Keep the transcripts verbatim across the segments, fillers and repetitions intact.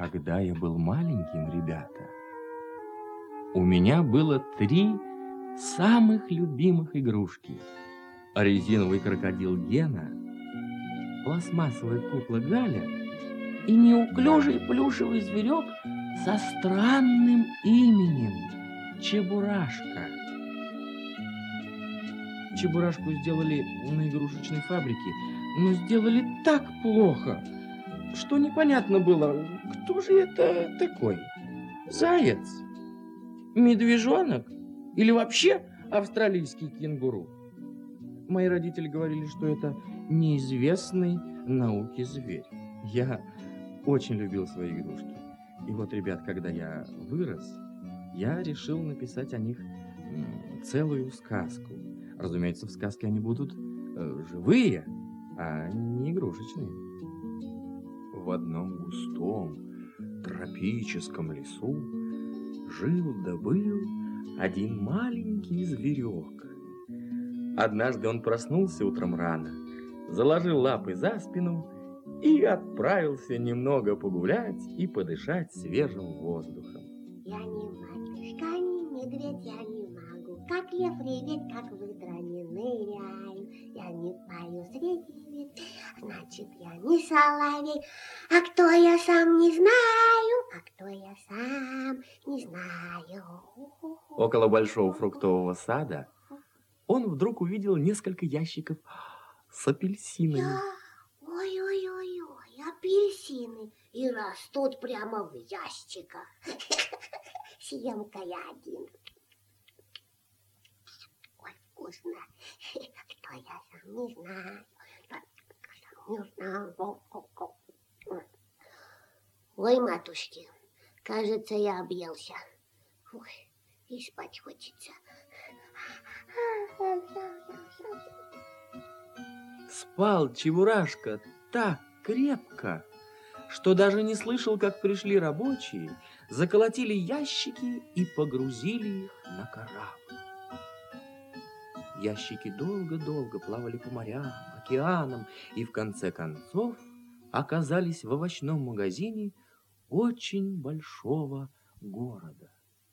Когда я был маленьким, ребята, у меня было три самых любимых игрушки. Резиновый крокодил Гена, пластмассовая кукла Галя и неуклюжий плюшевый зверек со странным именем Чебурашка. Чебурашку сделали на игрушечной фабрике, но сделали так плохо, что непонятно было, кто же это такой? Заяц? Медвежонок? Или вообще австралийский кенгуру? Мои родители говорили, что это неизвестный науке зверь. Я очень любил свои игрушки. И вот, ребят, когда я вырос, я решил написать о них целую сказку. Разумеется, в сказке они будут э, живые, а не игрушечные. В одном густом тропическом лесу жил да был один маленький зверек. Однажды он проснулся утром рано, заложил лапы за спину и отправился немного погулять и подышать свежим воздухом. Я не матушка, не медведь, я не могу, как лев реветь, как выдра не ныряю. Я не пою среди ветвей, значит, я не соловей. А кто я сам не знаю, а кто я сам не знаю. Около большого фруктового сада он вдруг увидел несколько ящиков с апельсинами. Ой-ой-ой-ой, апельсины. И растут прямо в ящиках. Съем-ка я один. Ой, вкусно. Кто я сам не знаю. Не знаю. Ой, матушки, кажется, я объелся. Ой, и спать хочется. Спал Чебурашка так крепко, что даже не слышал, как пришли рабочие, заколотили ящики и погрузили их на корабль. Ящики долго-долго плавали по морям, океанам и в конце концов оказались в овощном магазине очень большого города.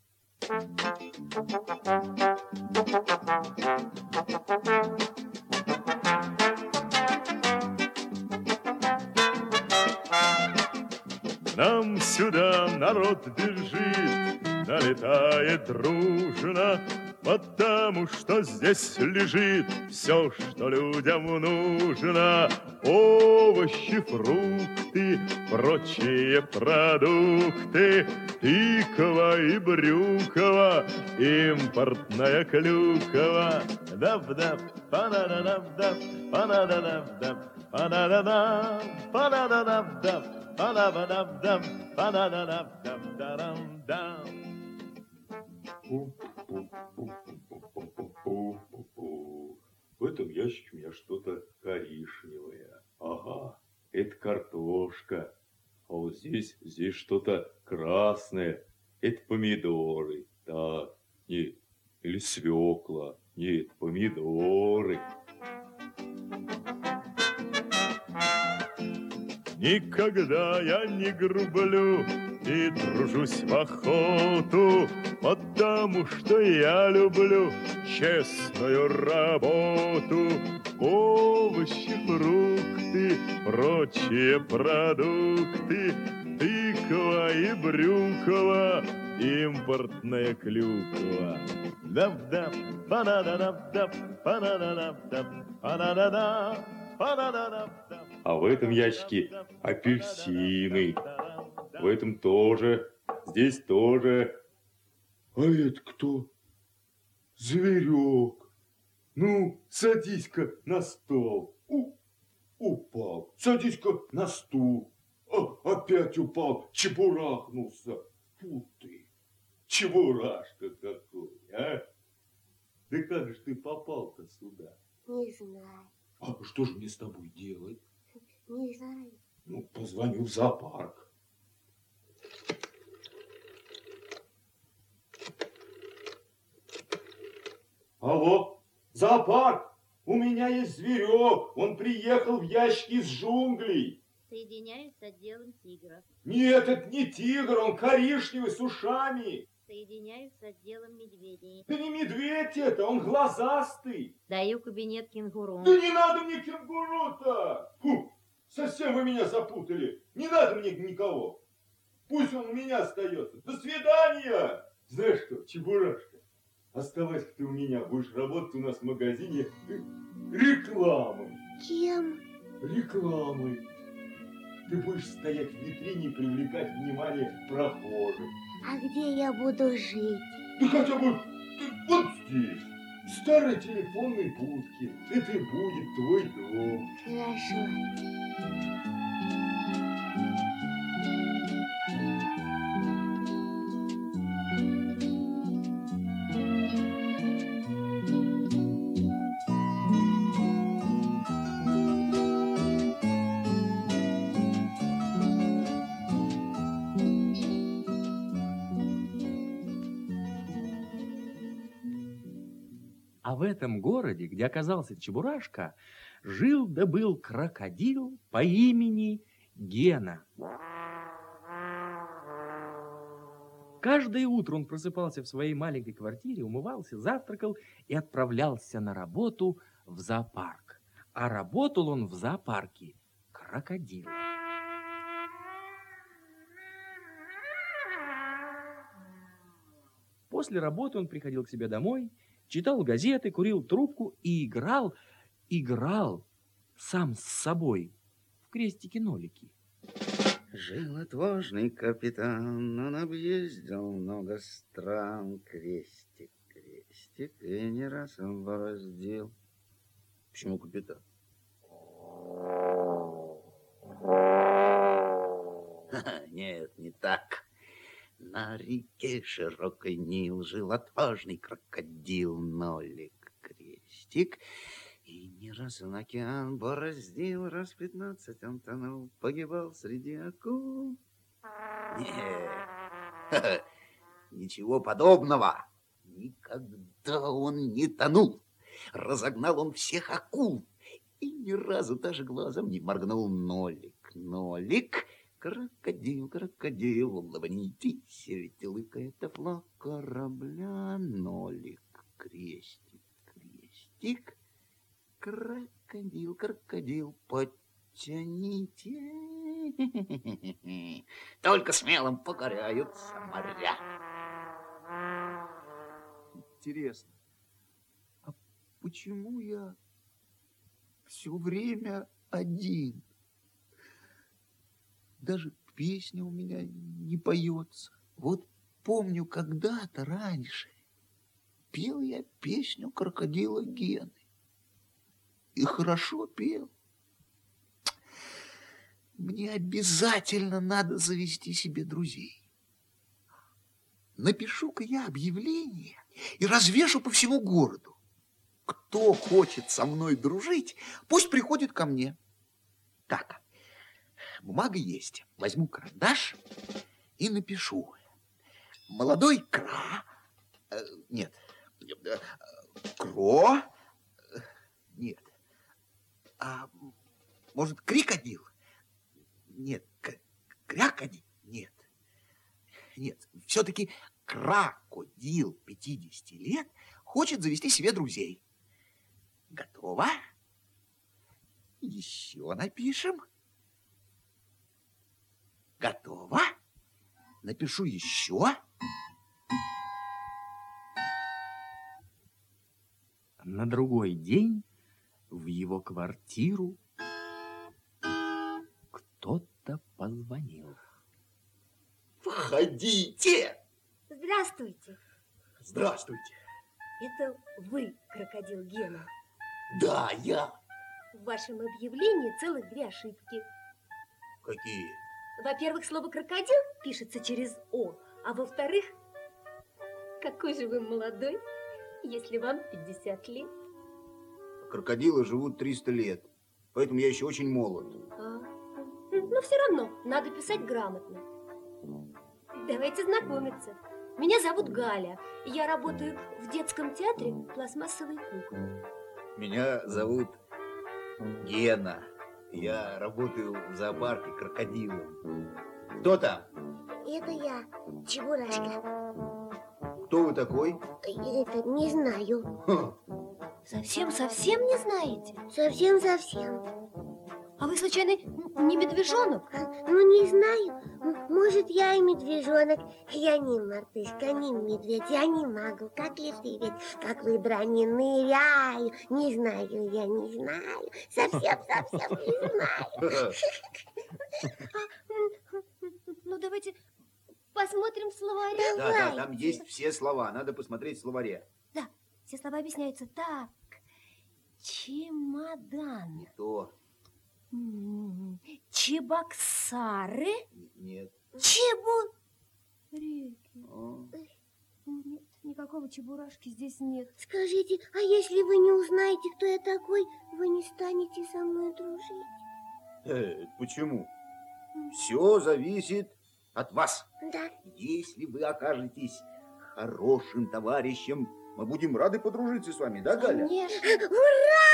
Нам сюда народ бежит, налетает дружно, потому что здесь лежит все, что людям нужно. Овощи, фрукты, прочие продукты, тыква и брюква, импортная клюква. Дав-дав, па-да-да-дав-дав, па-да-да-дав-дав, па-да-да-дав, па-да-да-дав-дав, па-да-да-дав-дав, па-да-да-дав-дав-дарам-дам. В этом ящике у меня что-то коричневое. Ага, это картошка. А вот здесь, здесь что-то красное. Это помидоры. Так, нет. Или свекла. Нет, помидоры. Никогда я не грублю и тружусь в охоту, потому что я люблю честную работу. Овощи, фрукты, прочие продукты, тыква и брюква, импортная клюква. Дав-дав, па-да-да-дав-дав, па-да-да-дав-дав, па-да-да-дав, па-да-да-дав-дав. А в этом ящике апельсины. В этом тоже. Здесь тоже. А это кто? Зверек. Ну, садись-ка на стол. У, упал. Садись-ка на стул. А, опять упал. Чебурахнулся. Фу ты. Чебурашка какой, а? Да как же ты попал-то сюда? Не знаю. А что же мне с тобой делать? Не знаю. Ну, позвоню в зоопарк. Алло, зоопарк, у меня есть зверек, он приехал в ящик из джунглей. Соединяюсь с отделом тигров. Нет, это не тигр, он коричневый, с ушами. Соединяюсь с отделом медведей. Да не медведь это, он глазастый. Даю кабинет кенгуру. Да не надо мне кенгуру-то! Фу, совсем вы меня запутали. Не надо мне никого. Пусть он у меня остается. До свидания! Знаешь что, Чебурашка, оставайся ты у меня. Будешь работать у нас в магазине рекламой. Чем? Рекламой. Ты будешь стоять в витрине и привлекать внимание прохожих. А где я буду жить? Да хотя бы вот здесь, в старой телефонной будке. Это и будет твой дом. Хорошо. А в этом городе, где оказался Чебурашка, жил да был крокодил по имени Гена. Каждое утро он просыпался в своей маленькой квартире, умывался, завтракал и отправлялся на работу в зоопарк. А работал он в зоопарке крокодил. После работы он приходил к себе домой, читал газеты, курил трубку и играл, играл сам с собой в крестики-нолики. Жил отважный капитан, он объездил много стран. Крестик, крестик, и не раз он бороздил. Почему капитан? Нет, не так. На реке широкой Нил жил отважный крокодил Нолик. Крестик, и не раз он океан бороздил, раз пятнадцать он тонул, погибал среди акул. Нет, ничего подобного. Никогда он не тонул. Разогнал он всех акул и ни разу даже глазом не моргнул. Нолик, Нолик, крокодил, крокодил, улыбнитесь, ведь улыбка — это флаг корабля. Нолик, крестик, крестик, крокодил, крокодил, подтяните. Только смелым покоряются моря. Интересно, а почему я все время один? Даже песня у меня не поется. Вот помню, когда-то раньше пел я песню крокодила Гены. И хорошо пел. Мне обязательно надо завести себе друзей. Напишу-ка я объявление и развешу по всему городу. Кто хочет со мной дружить, пусть приходит ко мне. Так, бумага есть. Возьму карандаш и напишу. Молодой кра... Э, нет. Э, кро... Э, нет. А может, крикодил? Нет. Крякодил? Нет. Нет. Все-таки крокодил пятидесяти лет хочет завести себе друзей. Готово? Еще напишем. Готово? Напишу еще. На другой день в его квартиру кто-то позвонил. Входите! Здравствуйте. Здравствуйте. Это вы, крокодил Гена? Да, я. В вашем объявлении целых две ошибки. Какие? Во-первых, слово «крокодил» пишется через «о», а во-вторых, какой же вы молодой, если вам пятьдесят лет. Крокодилы живут триста лет, поэтому я еще очень молод. А, но все равно надо писать грамотно. Давайте знакомиться. Меня зовут Галя, и я работаю в детском театре «Пластмассовые куклы». Меня зовут Гена. Я работаю в зоопарке крокодилом. Кто там? Это я, Чебурашка. Кто вы такой? Это не знаю. Ха. Совсем-совсем не знаете? Совсем-совсем. А вы, случайно, не медвежонок? А, Ну, не знаю. М, Может, я и медвежонок. Я не мартышка, не медведь. Я не могу, как лифтивец, как выдра не ныряю. Не знаю, я не знаю. Совсем-совсем не знаю. Ну, давайте посмотрим в словаре. Да, да, там есть все слова. Надо посмотреть в словаре. Да, все слова объясняются так. Чемодан. Не то. М, Чебоксары. Нет. Чебу... Реки. О. Нет, никакого чебурашки здесь нет. Скажите, а если вы не узнаете, кто я такой, вы не станете со мной дружить? Э, почему? Все зависит от вас. Да. Если вы окажетесь хорошим товарищем, мы будем рады подружиться с вами, да, Галя? Конечно. Ура!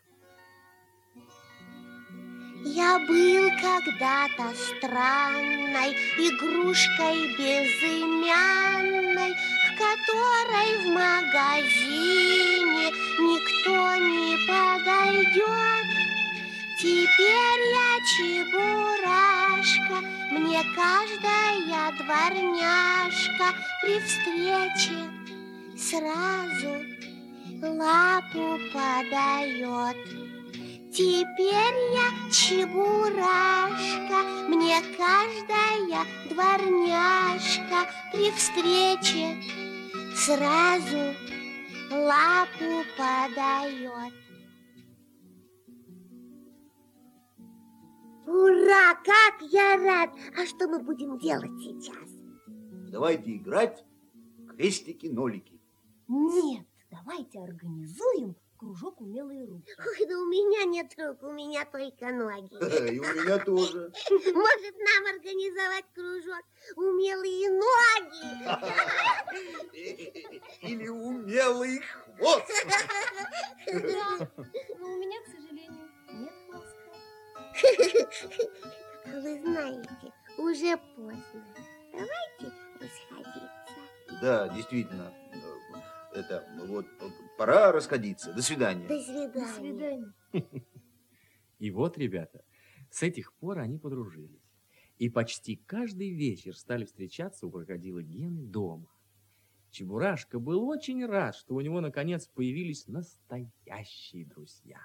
Я был когда-то странной игрушкой безымянной, к которой в магазине никто не подойдет. Теперь я Чебурашка, мне каждая дворняжка при встрече сразу лапу подает. Теперь я Чебурашка, мне каждая дворняжка при встрече сразу лапу подает. Ура, как я рад! А что мы будем делать сейчас? Давайте играть в крестики-нолики. Нет, давайте организуем кружок «Умелые руки». Ой, да у меня нет рук, у меня только ноги. И у меня тоже. Может, нам организовать кружок «Умелые ноги»? Или умелый хвост. Да, но у меня, к сожалению, нет хвоста. Вы знаете, уже поздно. Давайте расходиться. Да, действительно. Это вот пора расходиться. До свидания. До До свидания. свидания. И вот, ребята, с этих пор они подружились. И почти каждый вечер стали встречаться у крокодила Гены дома. Чебурашка был очень рад, что у него наконец появились настоящие друзья.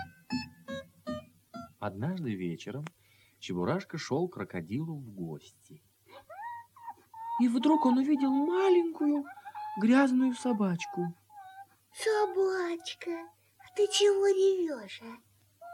Однажды вечером Чебурашка шел к крокодилу в гости. И вдруг он увидел маленькую грязную собачку. Собачка, а ты чего ревешь, а?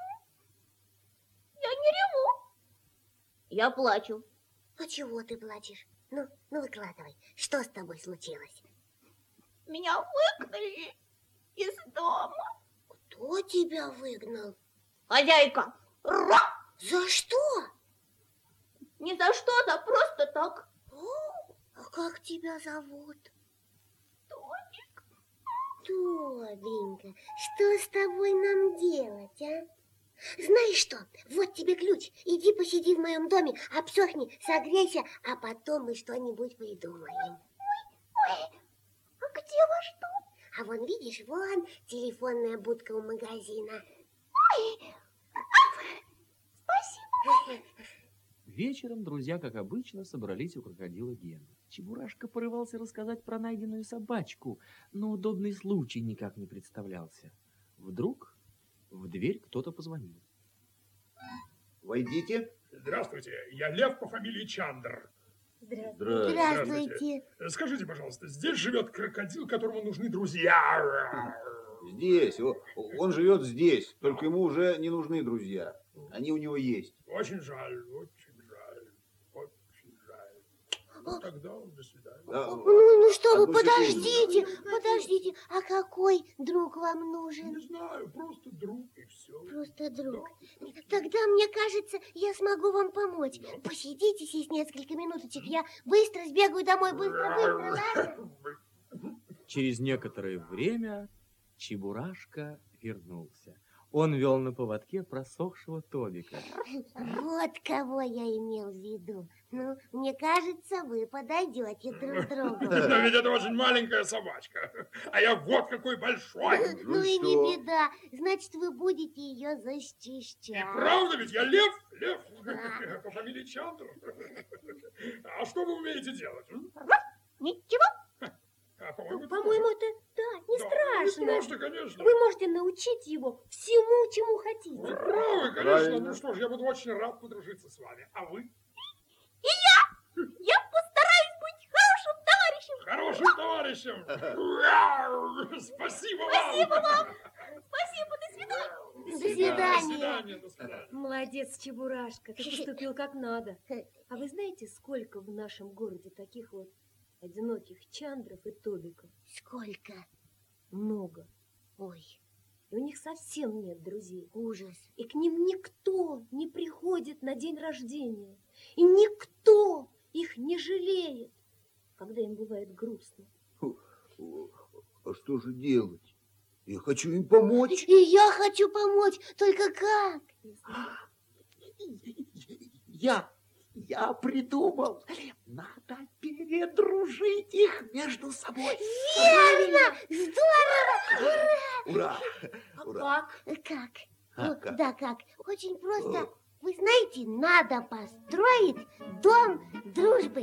Я не реву. Я плачу. А чего ты плачешь? Ну, ну выкладывай, что с тобой случилось? Меня выгнали из дома. Кто тебя выгнал? Хозяйка. Ра! За что? Не за что, да просто так. О, а как тебя зовут? Томик. Тобенька, что с тобой нам делать, а? Знаешь что, вот тебе ключ. Иди посиди в моем доме, обсохни, согрейся, а потом мы что-нибудь придумаем. Ой, а где ваш дом? А вон, видишь, вон телефонная будка у магазина. Ой, спасибо. Вечером друзья, как обычно, собрались у крокодила Гены. Чебурашка порывался рассказать про найденную собачку, но удобный случай никак не представлялся. Вдруг в дверь кто-то позвонил. Войдите. Здравствуйте, я Лев по фамилии Чандр. Здравствуйте. Здравствуйте. Скажите, пожалуйста, здесь живет крокодил, которому нужны друзья. Здесь. О- Он живет здесь. Только ему уже не нужны друзья. Они у него есть. Очень жаль, очень жаль, очень жаль. Ну, тогда до свидания. Да, Ну, ну что вы, одну секунду. подождите, подождите. А какой друг вам Не нужен? знаю, просто друг и все. Просто друг. Тогда, мне кажется, я смогу вам помочь. Посидите здесь несколько минуточек. Я быстро сбегаю домой. Быстро, быстро, ладно? Через некоторое время Чебурашка вернулся. Он вел на поводке просохшего Тобика. Вот кого я имел в виду. Ну, мне кажется, вы подойдете друг другу. Но ведь это очень маленькая собачка. А я вот какой большой. Ну и не беда. Значит, вы будете ее защищать. И правда ведь я лев? Лев. По фамилии Чандр. А что вы умеете делать? Ничего. А, по-моему, По-моему, это, да, не да, страшно. Не страшно, конечно. Вы можете научить его всему, чему Вы хотите. правы, конечно. Правильно. Ну что ж, я буду очень рад подружиться с вами. А вы? И я! Я постараюсь быть хорошим товарищем. Хорошим товарищем. Спасибо вам. Спасибо вам. Спасибо, до свидания. До До свидания. свидания, до свидания. Молодец, Чебурашка, ты поступил как надо. А вы знаете, сколько в нашем городе таких вот одиноких Чандров и Тобиков? Сколько? Много. Ой, И у них совсем нет друзей. ужас. И к ним никто не приходит на день рождения. И никто их не жалеет, когда им бывает грустно. А что же делать? Я хочу им помочь. И я хочу помочь. Только как? Я, я придумал. Надо передружить их между собой. Верно! Здорово! Ура! А Ура! как? Как? А, Ну, как? Да, как? Очень просто. Вы знаете, надо построить дом дружбы.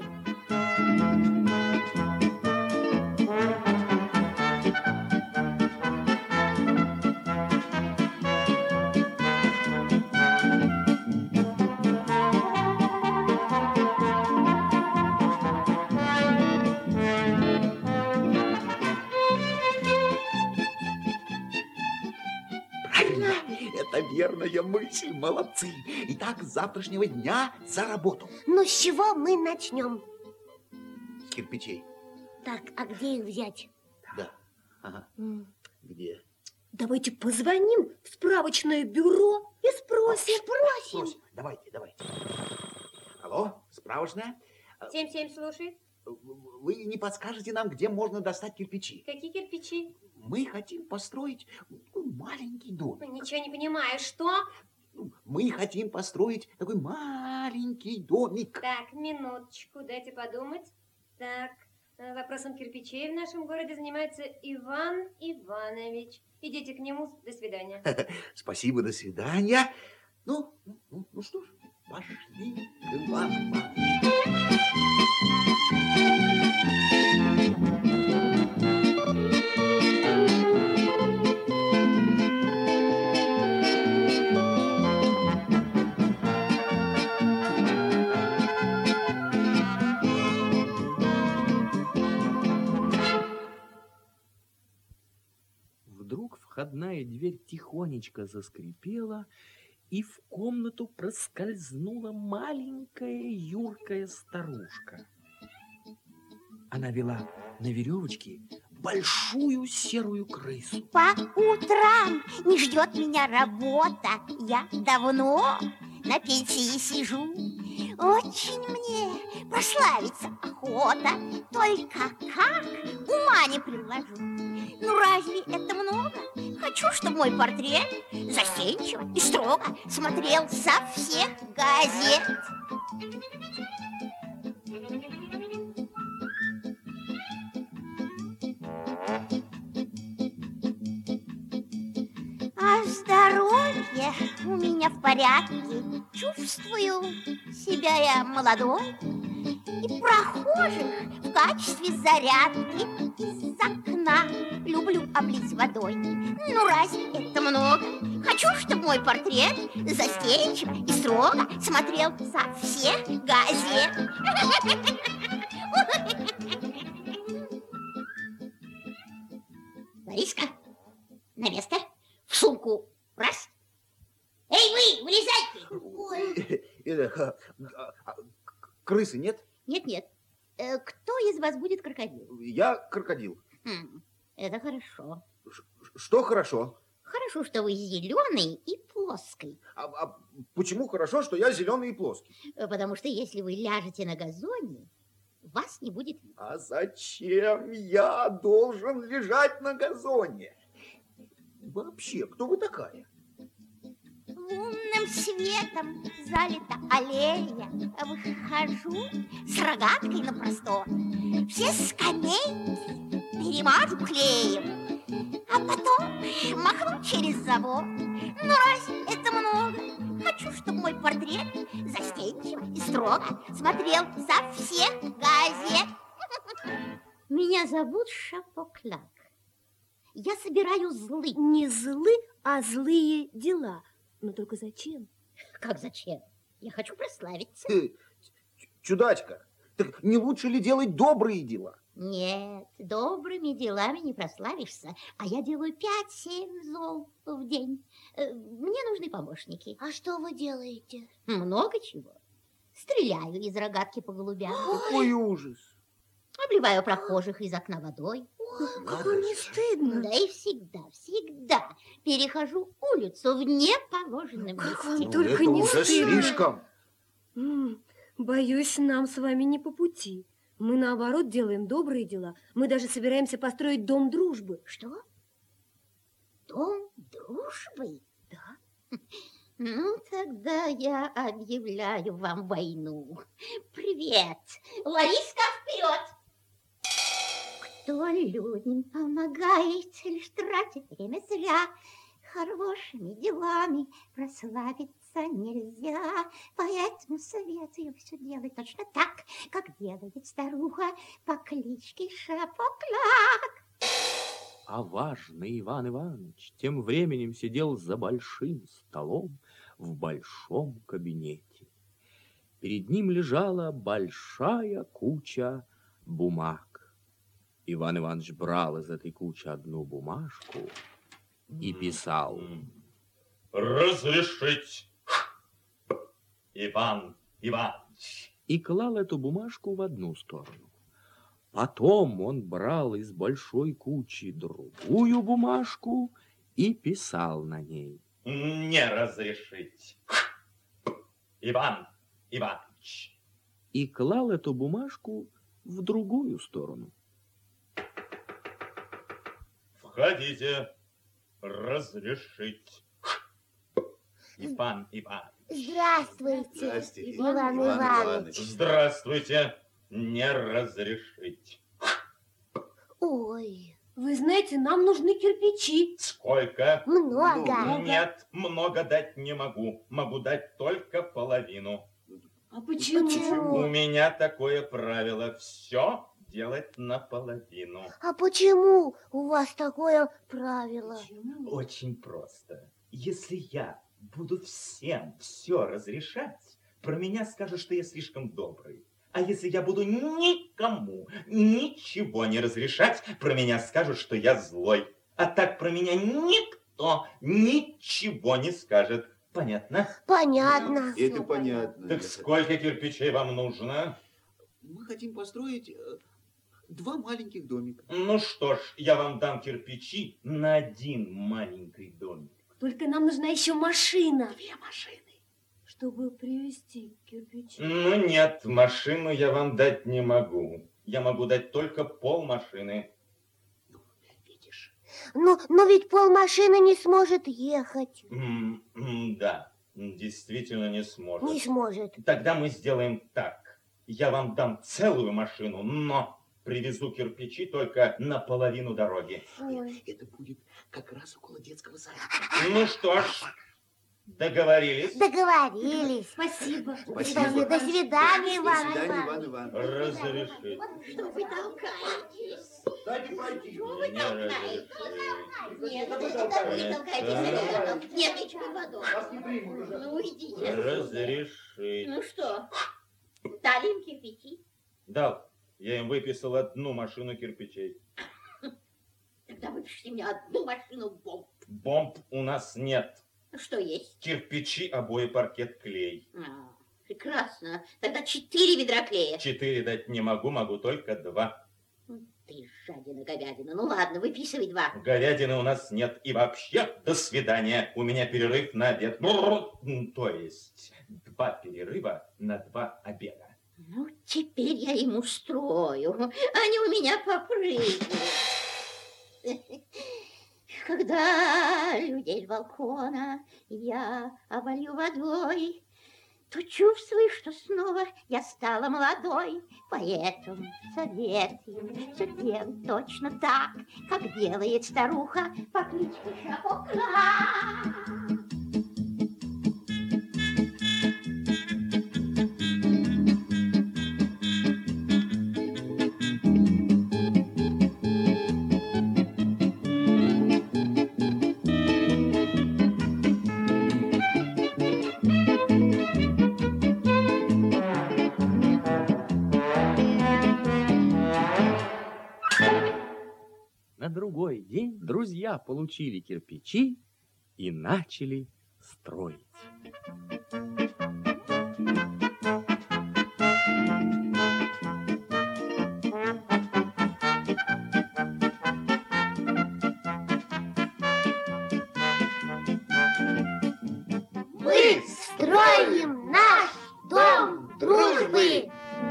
Правильно, это верная мысль, молодцы. Итак, с завтрашнего дня за работу. Ну, с чего мы начнем? С кирпичей. Так, а где их взять? Да. Ага. М, Где? Давайте позвоним в справочное бюро и спросим. Спросим. Просим. Давайте, давайте. Алло, справочная? Семь-семь, слушай. Вы не подскажете нам, где можно достать кирпичи? Какие кирпичи? Мы хотим построить такой маленький дом. Ничего не понимаю, что? Мы хотим построить такой маленький домик. Так, минуточку, дайте подумать. Так, э, вопросом кирпичей в нашем городе занимается Иван Иванович. Идите к нему, до свидания. Спасибо, до свидания. Ну, ну, ну, ну что ж, пошли, Иван Иванович. Вдруг входная дверь тихонечко заскрипела, и в комнату проскользнула маленькая юркая старушка. Она вела на веревочке большую серую крысу. По утрам не ждет меня работа. Я давно на пенсии сижу. Очень мне прославиться охота. Только как ума не приложу. Ну разве это много? Хочу, чтобы мой портрет застенчиво и строго смотрел со всех газет. А здоровье у меня в порядке. Чувствую себя я молодой. И прохожих в качестве зарядки из окна люблю облить водой. Ну разве это много? Хочу, чтобы мой портрет застенчиво и строго смотрел со всех газет. Лариска, на место, в сумку, раз. Эй, вы, вылезайте! Э, Крысы нет? Нет-нет, Э, кто из вас будет крокодил? Я крокодил. Хм, это хорошо. Ш- Что хорошо? Хорошо, что вы зеленый и плоский. А, а почему хорошо, что я зеленый и плоский? Э, Потому что если вы ляжете на газоне, вас не будет видно. А зачем я должен лежать на газоне? Вообще, кто вы такая? Лунным светом залита аллея. Выхожу с рогаткой на простор. Все скамейки перемажу клеем, а потом махну через забор. Ну, разве это много? Хочу, чтобы мой портрет застенчиво и строго смотрел со всех газет. Меня зовут Шапокляк. Я собираю злы. Не злы, а злые дела. Но только зачем? Как зачем? Я хочу прославиться. Чудачка, так не лучше ли делать добрые дела? Нет, добрыми делами не прославишься, а я делаю пять-семь зол в день. Мне нужны помощники. А что вы делаете? Много чего. Стреляю из рогатки по голубям. Какой ужас! Обливаю прохожих из окна водой. Ой, как вам не стыдно? Да и всегда, всегда перехожу улицу в неположенном месте. Как вам Ну, только это не уже стыдно? слишком. М, Боюсь, нам с вами не по пути. Мы, наоборот, делаем добрые дела. Мы даже собираемся построить дом дружбы. Что? Дом дружбы? Да. Ну, тогда я объявляю вам войну. Привет! Лариска, вперед! Кто людям помогает, лишь тратит время зря. Хорошими делами прославиться нельзя. Поэтому советую все делать точно так, как делает старуха по кличке Шапокляк. А важный Иван Иванович тем временем сидел за большим столом в большом кабинете. Перед ним лежала большая куча бумаг. Иван Иванович брал из этой кучи одну бумажку и писал: «Разрешить, Иван Иванович». И клал эту бумажку в одну сторону. Потом он брал из большой кучи другую бумажку и писал на ней: «Не разрешить, Иван Иванович». И клал эту бумажку в другую сторону. «Входите, разрешить, Иван Иванович». Здравствуйте, Здравствуйте, Иван Иван Иванович. Иванович. Здравствуйте, не разрешить. Ой, Вы знаете, нам нужны кирпичи. Сколько? много. Нет, много дать не могу. Могу дать только половину. А почему? Почему? У меня такое правило. Все делать наполовину. А почему у вас такое правило? Очень просто. Если я буду всем все разрешать, про меня скажут, что я слишком добрый. А если я буду никому ничего не разрешать, про меня скажут, что я злой. А так про меня никто ничего не скажет. Понятно? Понятно. Это понятно. Так сколько кирпичей вам нужно? Мы хотим построить э, два маленьких домика. Ну что ж, я вам дам кирпичи на один маленький домик. Только нам нужна еще машина, Две машины. чтобы привезти кирпичи. Ну нет, машину я вам дать не могу. Я могу дать только пол машины. Видишь? Но, но ведь полмашины не сможет ехать. М, м, Да, действительно не сможет. Не сможет. Тогда мы сделаем так. Я вам дам целую машину, но привезу кирпичи только на половину дороги. Ой. Это будет как раз около детского сада. Ну что ж, договорились. Договорились. Спасибо. Спасибо. До свидания, До Иван свидания, Иванович. Иван Иванович. Разрешить. Что вы толкаетесь? Дайте пройти. Не разрешить. Нет, это вы толкаетесь рядом. Нет, ничего подобного. Вас не примут уже. Ну, уйдите. Разрешить. Ну что, дали им кирпичи? Дал. Я им выписал одну машину кирпичей. Тогда выпишите мне одну машину бомб. Бомб у нас нет. Что есть? Кирпичи, обои, паркет, клей. А, прекрасно. Тогда четыре ведра клея. Четыре дать не могу, могу только два. Ты жадина, говядина. Ну ладно, выписывай два. Говядины у нас нет. И вообще, до свидания. У меня перерыв на обед. Бррр. То есть, два перерыва на два обеда. Ну, теперь я им устрою. Они у меня попрыгают. Когда людей с балкона я оболью водой, то чувствую, что снова я стала молодой. Поэтому советую все делать точно так, как делает старуха по кличке Шапокла. На другой день друзья получили кирпичи и начали строить. Мы строим наш дом дружбы.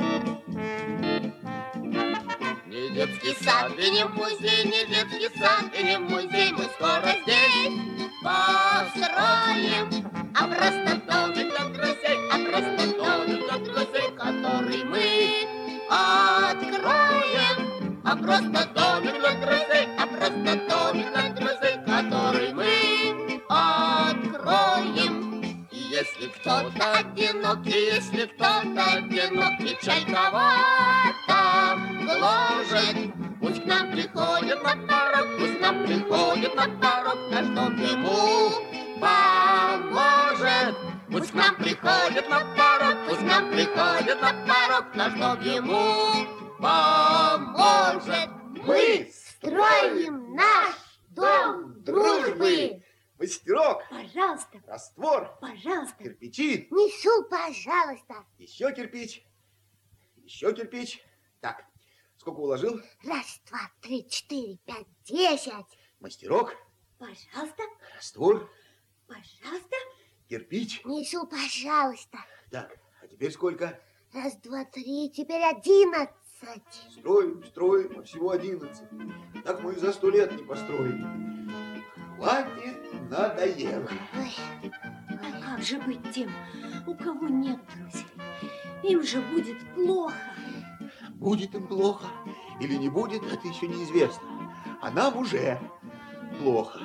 Не детский сад и не музей, не детский сад и не музей, мы скоро здесь построим. А просто домик для друзей, а просто домик для друзей, который мы откроем. А просто домик для друзей, а просто домик для друзей, который мы откроем. И если кто-то одинок, и если кто-то одинок, печаль кого-то гложет, пусть к нам приходит на порог, пусть к нам приходит на порог, наш дом ему поможет. Пусть к нам приходит на порог, пусть к нам приходит на порог, наш дом ему поможет. Мы строим наш дом дружбы. Мастерок, Пожалуйста, раствор, пожалуйста. кирпичи, Несу, пожалуйста. еще кирпич, еще кирпич. Так, сколько уложил? Раз, два, три, четыре, пять, десять. Мастерок, Пожалуйста, раствор, пожалуйста. кирпич. Несу, пожалуйста. Так, а теперь сколько? Раз, два, три, теперь одиннадцать. Строим, строим, а всего одиннадцать. Так мы и за сто лет не построим. Хватит, надоело. Ой, А как же быть тем, у кого нет друзей? Им же будет плохо. Будет им плохо или не будет, это еще неизвестно. А нам уже плохо.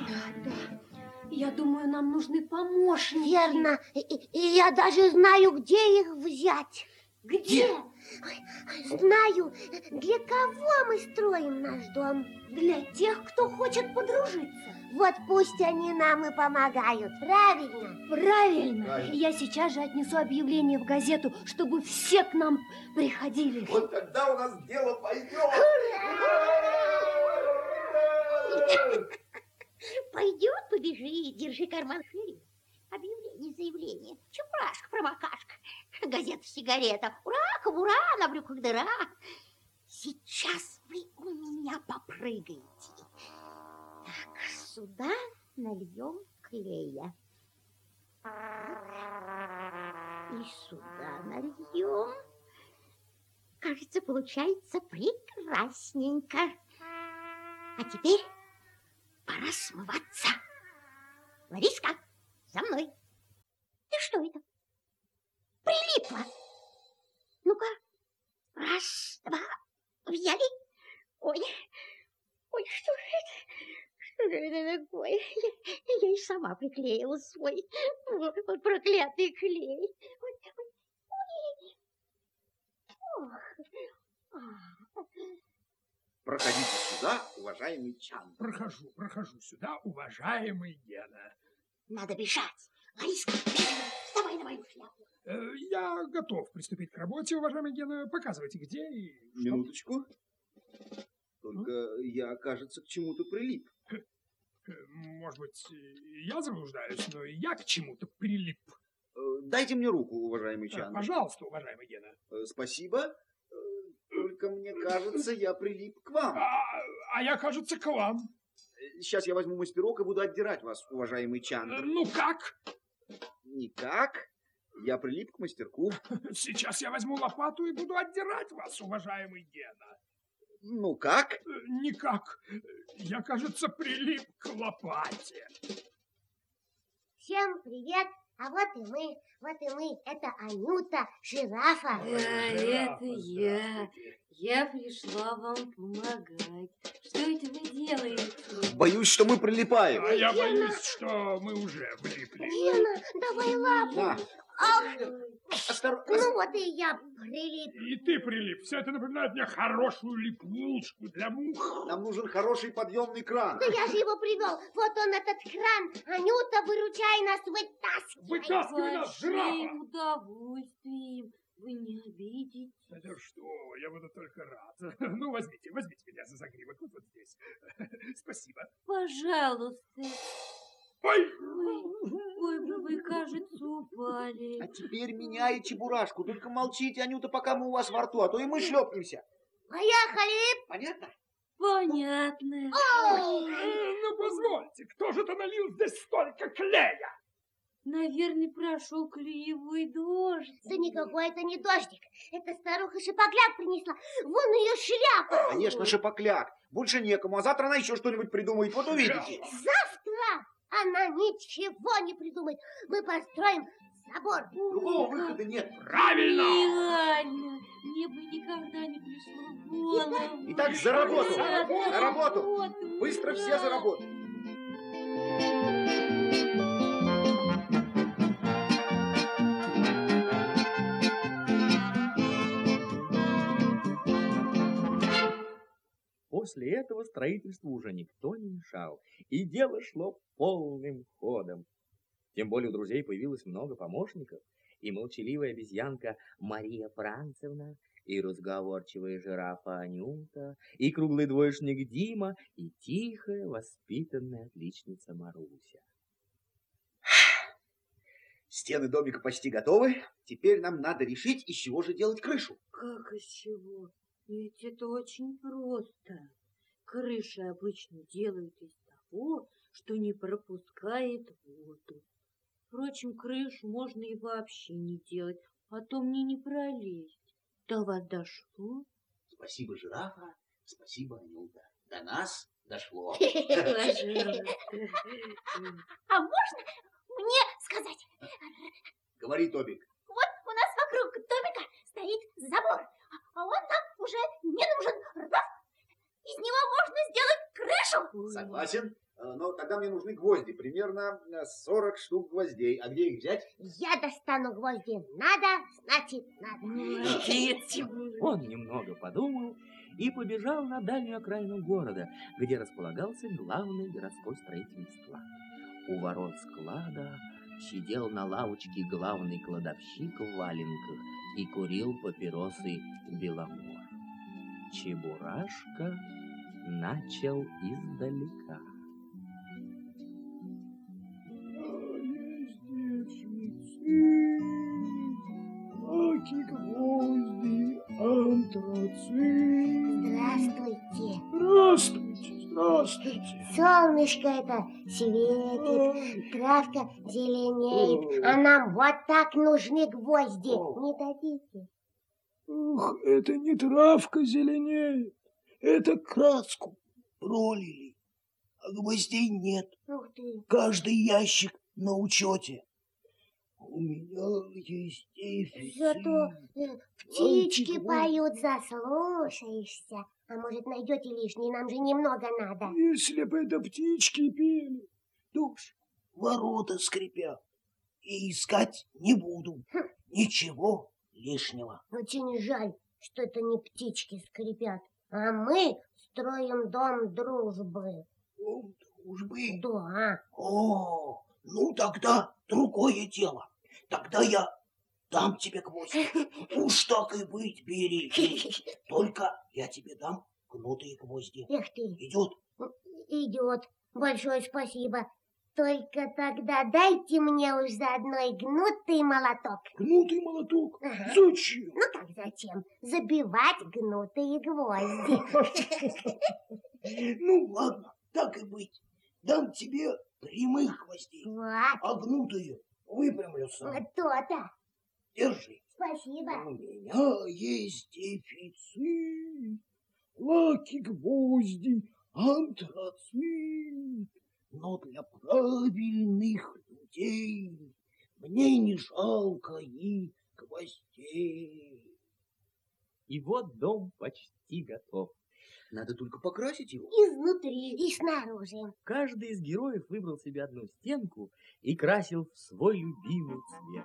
Я думаю, нам нужны помощники. верно. И, и- и я даже знаю, где их взять. Где? Ой, знаю, для кого мы строим наш дом. Для тех, кто хочет подружиться. Вот пусть они нам и помогают, правильно? Правильно. Правильно. Я сейчас же отнесу объявление в газету, чтобы все к нам приходили. Вот тогда у нас дело пойдет. Пойдет, побежи, держи карман шире. Объявление, заявление, чепрашка, промокашка, газета, сигарета. Ура, кобура, на брюках дыра. Сейчас вы у меня попрыгаете. Так, сюда нальем клея. И сюда нальем. Кажется, получается прекрасненько. А теперь пора смываться. Лариска, за мной. И что это? Прилипло. Ну-ка, раз, два, взяли. Ой, ой, что же это? Что же это такое? Я, я и сама приклеила свой вот, вот проклятый клей. Ой, ой, ой. Ох. А. Проходите сюда, уважаемый Чан. Прохожу, прохожу сюда, уважаемый Гена. Надо бежать. Лариска, вставай на мою шляпу. Э, Я готов приступить к работе, уважаемый Гена. Показывайте, где и что. Минуточку. Только я, кажется, к чему-то прилип. Э, Может быть, я заблуждаюсь, но и я к чему-то прилип. Э, Дайте мне руку, уважаемый Э, Чан. Пожалуйста, уважаемый Гена. Э, Спасибо. Э, Только мне кажется, я прилип к вам. А, а я, кажется, к вам. Сейчас я возьму мастерок и буду отдирать вас, уважаемый Э, Чандр. Ну как? Никак. Я прилип к мастерку. Сейчас я возьму лопату и буду отдирать вас, уважаемый Гена. Ну как? Никак. Я, кажется, прилип к лопате. Всем привет, а вот и мы, вот и мы, это Анюта, жирафа. Да, это я. Я пришла вам помогать. Что это вы делаете? Боюсь, что мы прилипаем. А я боюсь, что мы уже влипли. Гена, давай лапу. На. Ах, Остор- ну вот и я прилип. И ты прилип. Все это напоминает мне хорошую липучку для мух. Нам нужен хороший подъемный кран. Да я же его привел. Вот он, этот кран. Анюта, выручай нас, вытаскивай. Вытаскивай нас, С большим жирафа! удовольствием. Вы не обидите. Это что, я буду только рад. Ну, возьмите, возьмите меня за загривок, вот, вот здесь. Спасибо. Пожалуйста. Ой! Ой, ой, вы, вы, кажется, упали. А теперь меня и Чебурашку. Только молчите, Анюта, пока мы у вас во рту, а то и мы шлепнемся. Поехали. Понятно? Понятно. Э, Ну, позвольте, кто же-то налил здесь столько клея? Наверное, прошел клеевой дождь. Да никакой это не дождик. Это старуха Шипокляк принесла. Вон ее шляпа. Конечно, Шипокляк. Больше некому, а завтра она еще что-нибудь придумает. Вот увидите. Завтра она ничего не придумает. Мы построим забор. Другого выхода нет. Правильно! Реально, мне бы никогда не пришло в голову. Итак, за работу! За За работу! работу! Быстро Ура! все за работу! После этого строительству уже никто не мешал, и дело шло полным ходом. Тем более у друзей появилось много помощников, и молчаливая обезьянка Мария Францевна, и разговорчивая жирафа Анюта, и круглый двоечник Дима, и тихая, воспитанная отличница Маруся. Стены домика почти готовы. Теперь нам надо решить, из чего же делать крышу. Как из чего? Ведь это очень просто. Крыши обычно делают из того, что не пропускает воду. Впрочем, крышу можно и вообще не делать, а то мне не пролезть. До вас дошло? Спасибо, жирафа, спасибо, Анюта. До нас дошло. Пожалуйста. А можно мне сказать? Говори, Тобик. Вот у нас вокруг домика стоит забор, а он нам уже не нужен. Раз, из него можно сделать крышу. Согласен. Э, Но тогда мне нужны гвозди. Примерно э, сорок штук гвоздей. А где их взять? Я достану гвозди. Надо, значит надо. Молодец, Он немного подумал и побежал на дальнюю окраину города, где располагался главный городской строительный склад. У ворот склада сидел на лавочке главный кладовщик в валенках и курил папиросы Беломор. Чебурашка начал издалека. Аки гвозди, антрацит. Здравствуйте. Здравствуйте, здравствуйте. Солнышко это светит, травка зеленеет, а нам вот так нужны гвозди. Не дадите? Ух, это не травка зеленеет, это краску пролили, а гвоздей нет. Ух ты. Каждый ящик на учете. У меня есть дефицит. Зато э, птички поют, заслушаешься. А может, найдете лишний, нам же немного надо. Если бы это птички пели, то уж ворота скрипят. И искать не буду. Ничего лишнего. Очень жаль, что это не птички скрипят, а мы строим дом дружбы. Дом дружбы? Да. О, ну тогда другое дело. Тогда я дам тебе гвозди. Уж так и быть, бери. Только я тебе дам гнутые гвозди. Эх ты. Идет? Идет. Большое спасибо. Только тогда дайте мне уж заодно и гнутый молоток. Гнутый молоток? Ага. Зачем? Ну как зачем? Забивать гнутые гвозди. Ну ладно, так и быть. Дам тебе прямых гвоздей, Вот. а гнутые выпрямлются. То-то. Держи. Спасибо. У меня есть дефицит. лаки-гвозди, антрацит. Но для правильных людей мне не жалко и гвоздей. И вот дом почти готов. Надо только покрасить его. Изнутри и снаружи. Каждый из героев выбрал себе одну стенку и красил в свой любимый цвет.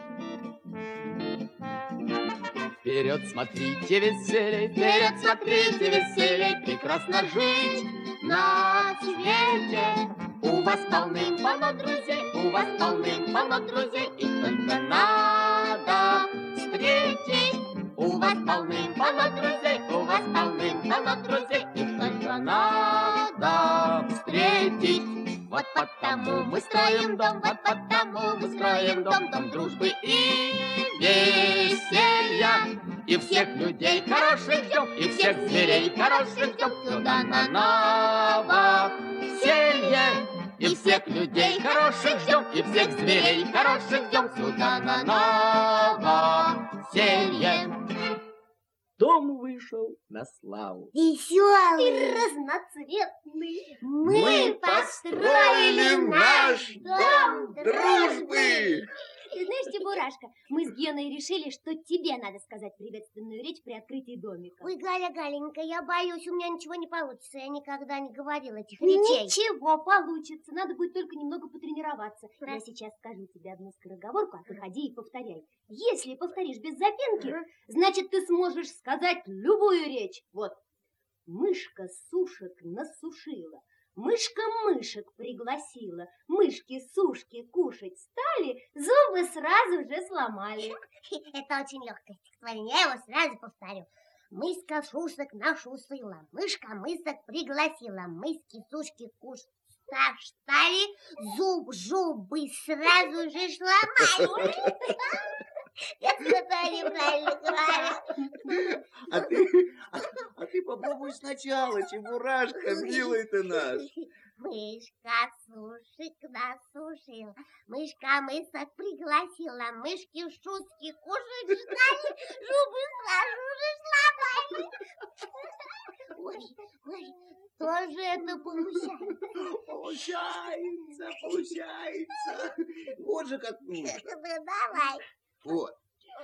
Вперед смотрите веселей, вперед смотрите веселей, прекрасно жить на свете. У вас полным-полно друзей, у вас полным-полно друзей, и только надо встретить. У вас полным-полно друзей, у вас полным-полно друзей, и только надо встретить. Вот потому мы строим дом, вот потому мы строим дом, дом дружбы и веселья. И всех людей хороших ждем, и всех зверей хороших ждем сюда на новоселье. И всех людей хороших ждем, и всех зверей хороших ждем сюда на новоселье. Дом вышел на славу. Веселый и разноцветный. Мы построили наш дом дружбы. Ты знаешь, Чебурашка, мы с Геной решили, что тебе надо сказать приветственную речь при открытии домика. Ой, Галя, Галенька, я боюсь, у меня ничего не получится. Я никогда не говорила этих речей. Ничего, получится. Надо будет только немного потренироваться. Я сейчас скажу тебе одну скороговорку, а ты ходи и повторяй. Если повторишь без запинки, значит, ты сможешь сказать любую речь. Вот. Мышка сушек насушила. Мышка мышек пригласила, мышки-сушки кушать стали, зубы сразу же сломали. Это очень легкое стихотворение, я его сразу повторю. Мышка шушек нашусила, мышка мысок пригласила, мыски-сушки кушать стали, зуб зубы сразу же сломали. Это неправильно говорю. А ты, а, а ты попробуй сначала, Чебурашка, милый ты наш. Мышка сушек насушила, мышка мысок пригласила, мышки шутки кушать ждали, зубы сразу же сломали. Ой, ой, тоже это получается. Получается, получается. Вот же как нужно. Ну, давай. Вот.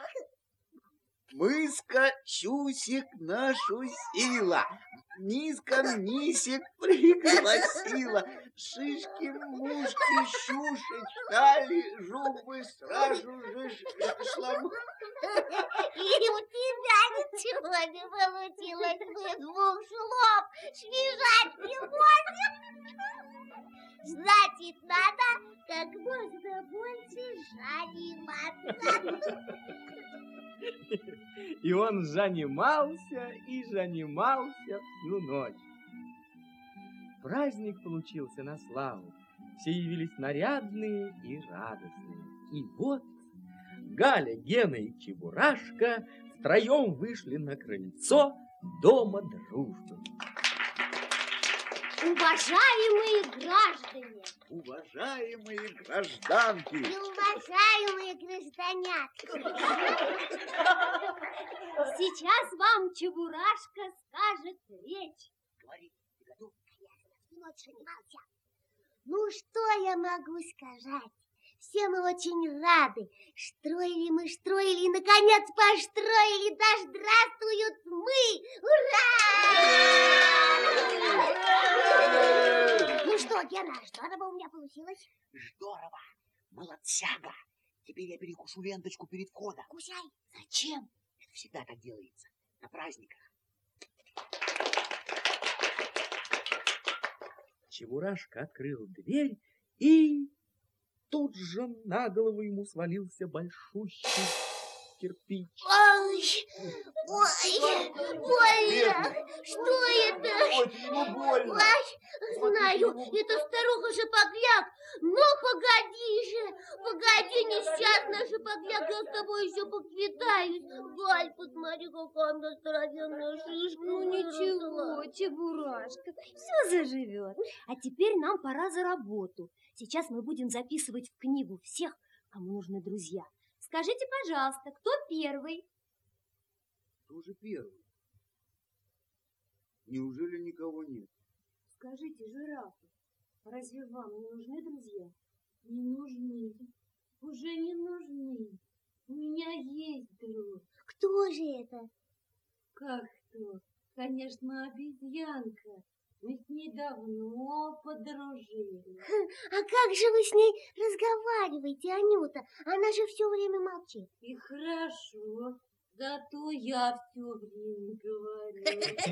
Мыска чусик нашу сила, низко мисик пригласила, шишки-мушки щушить стали, зубы сразу же сломали. И у тебя ничего не получилось, мы двух слов связать не можем. Значит, надо как можно больше заниматься. И он занимался и занимался всю ночь. Праздник получился на славу. Все явились нарядные и радостные. И вот Галя, Гена и Чебурашка втроем вышли на крыльцо дома дружбы. Уважаемые граждане! Уважаемые гражданки! И уважаемые гражданятки! Сейчас вам Чебурашка скажет речь. Говори, ты готов? Я ночь занимался. Ну, что я могу сказать? Все мы очень рады. Строили мы, строили, и, наконец, построили. Да здравствуют мы! Ура! Ну что, Гена, здорово у меня получилось? Здорово! Молодцяга! Теперь я перекушу ленточку перед входом. Кусай. Зачем? Это всегда так делается. На праздниках. Чебурашка открыл дверь, и тут же на голову ему свалился большущий кирпич. Ой, ой, больно. Что это? Ой, ему больно. Ой, знаю, это старуха Шапокляк. Но погоди же, погоди, несчастная Шапокляк, я с тобой еще поквитаюсь. Галь, посмотри, какая у меня здоровенная шишка. Ну ничего, Чебурашка, все заживет. А теперь нам пора за работу. Сейчас мы будем записывать в книгу всех, кому нужны друзья. Скажите, пожалуйста, кто первый? Кто же первый? Неужели никого нет? Скажите, жирафы, разве вам не нужны друзья? Не нужны. Уже не нужны. У меня есть друг. Кто же это? Как кто? Конечно, обезьянка. Мы с ней давно подружились. А как же вы с ней разговариваете, Анюта? Она же все время молчит. И хорошо. Зато я все время говорю.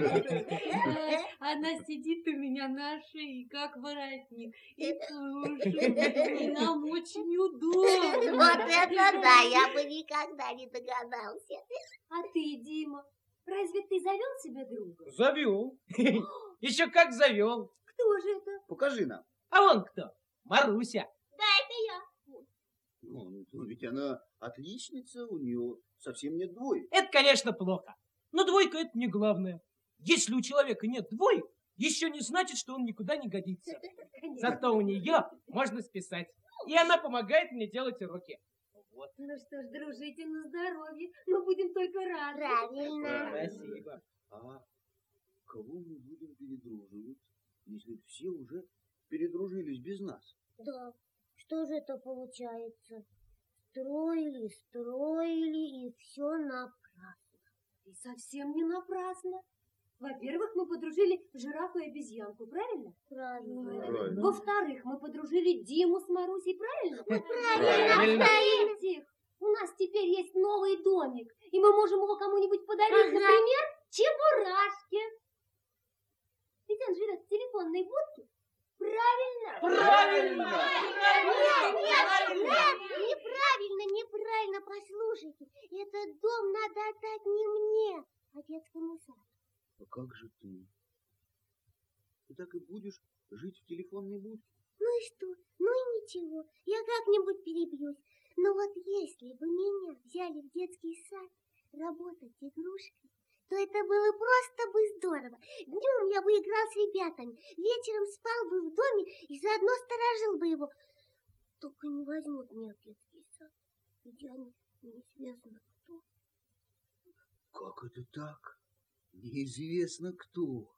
Она сидит у меня на шее, как воротник, и слушает. И нам очень удобно. Вот это да, я бы никогда не догадался. А ты, Дима, разве ты завел себе друга? Завел. Еще как завел. Кто же это? Покажи нам. А вон кто? Маруся. Да, это я. Ну, ну, ведь она отличница, у нее совсем нет двоек. Это, конечно, плохо. Но двойка это не главное. Если у человека нет двоек, еще не значит, что он никуда не годится. Зато у нее можно списать. И она помогает мне делать уроки. Вот. Ну что ж, дружите на здоровье. Мы будем только рады. Правильно. Спасибо. А кого мы будем передруживать, если все уже передружились без нас? Да, что же это получается? Строили, строили, и все напрасно. И совсем не напрасно. Во-первых, мы подружили жирафу и обезьянку, правильно? Правильно. Правильно. Во-вторых, мы подружили Диму с Марусей, правильно? Правильно. В-третьих, у нас теперь есть новый домик, и мы можем его кому-нибудь подарить, например, Чебурашке. Ведь он живет в телефонной будке. Правильно? Правильно! Нет, нет, нет, неправильно, неправильно, послушайте. Этот дом надо отдать не мне, а детскому саду. А как же ты? Ты так и будешь жить в телефонной будке? Ну и что? Ну и ничего, я как-нибудь перебьюсь. Но вот если бы меня взяли в детский сад работать игрушкой, то это было просто бы здорово. Днем я бы играл с ребятами, вечером спал бы в доме и заодно сторожил бы его. Только не возьмут меня в детский сад, ведь я не, неизвестно кто. Как это так? Неизвестно кто.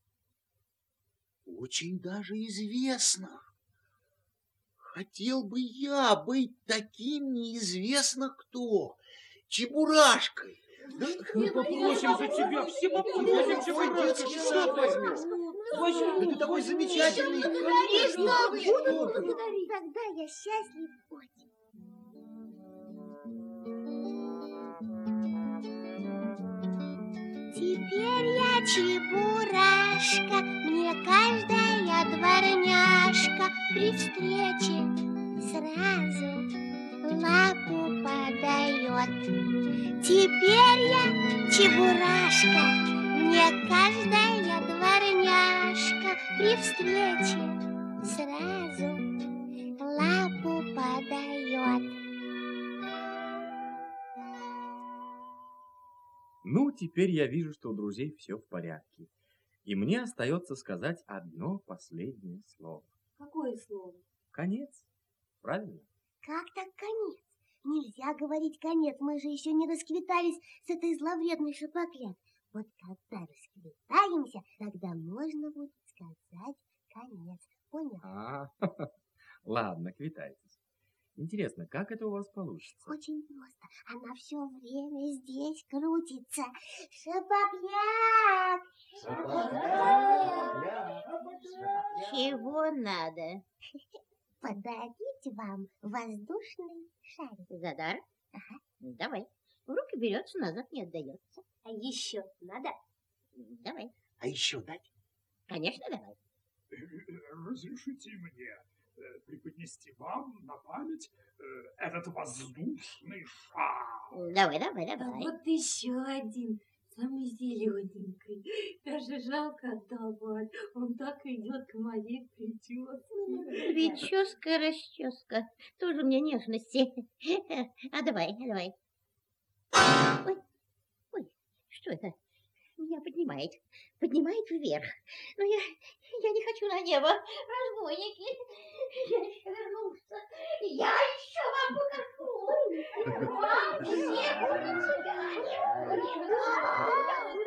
Очень даже известно. Хотел бы я быть таким неизвестно кто. Чебурашкой. Да, мы попросим за тебя, все попросим Чебурашку. Сад возьмешь. Да ты такой замечательный. И что вы? Буду благодарить. Тогда я счастлив очень. Теперь я Чебурашка, мне каждая дворняжка при встрече сразу лапу подает. Теперь я Чебурашка, мне каждая дворняжка при встрече сразу лапу подает. Ну, теперь я вижу, что у друзей все в порядке. И мне остается сказать одно последнее слово. Какое слово? Конец. Правильно? Как так конец? Нельзя говорить конец, мы же еще не расквитались с этой зловредной шапокляк. Вот когда расквитаемся, тогда можно будет сказать конец. Понял? А, ладно, квитайтесь. Интересно, как это у вас получится? Очень просто. Она все время здесь крутится. Шапокляк! Чего надо? Подарить вам воздушный шарик. За дар? Ага. Давай. В руки берется, назад не отдается. А еще надо? Давай. А еще дать? Конечно, давай. Разрешите мне преподнести вам на память этот воздушный шар. Давай, давай, давай. А вот еще один, самый зелененький. Даже жалко отдавать. Он так идет к моей прическе. Прическа, расческа. Тоже мне нежности. А давай, давай. Ой, ой, что это? Меня поднимает. Поднимает вверх. Но я, я не хочу на небо. Разбойники. Я еще вернулся. Я еще вам покажу. Вам все будут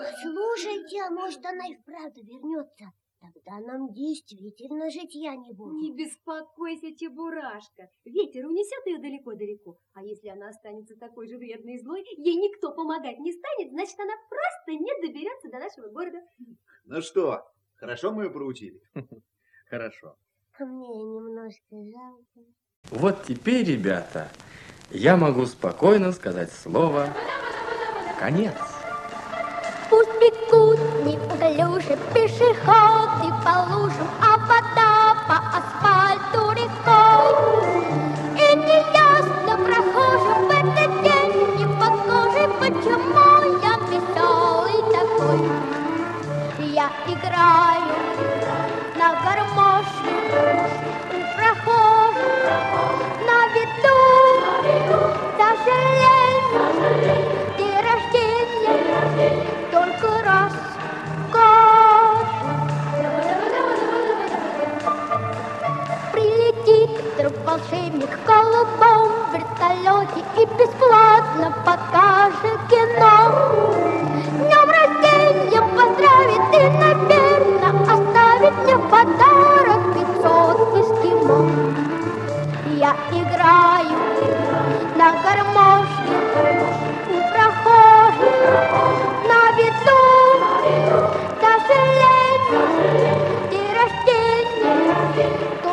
Слушайте, а может, она и вправду вернется? Тогда нам действительно житья не будет. Не беспокойся, Чебурашка. Ветер унесет ее далеко-далеко. А если она останется такой же вредной и злой, ей никто помогать не станет, значит, она просто не доберется до нашего города. Ну что, хорошо мы ее проучили? Хорошо. А мне немножко жалко. Вот теперь, ребята, я могу спокойно сказать слово «конец». Пусть бегут неуклюже пешеходы по лужам, а вода по асфальту рекой. И неясно прохожим в этот день непохожий, почему я веселый такой. Я играю на гармошке у прохожих, на виду, даже лень, день рождения только раз в год. Прилетит вдруг волшебник в голубом вертолете и бесплатно покажет кино. Днем рождения поздравит и, наверное, оставит мне в подарок пятьсот эскимо. Я играю на гармошке у прохожих, на виду, даже лень, день рождения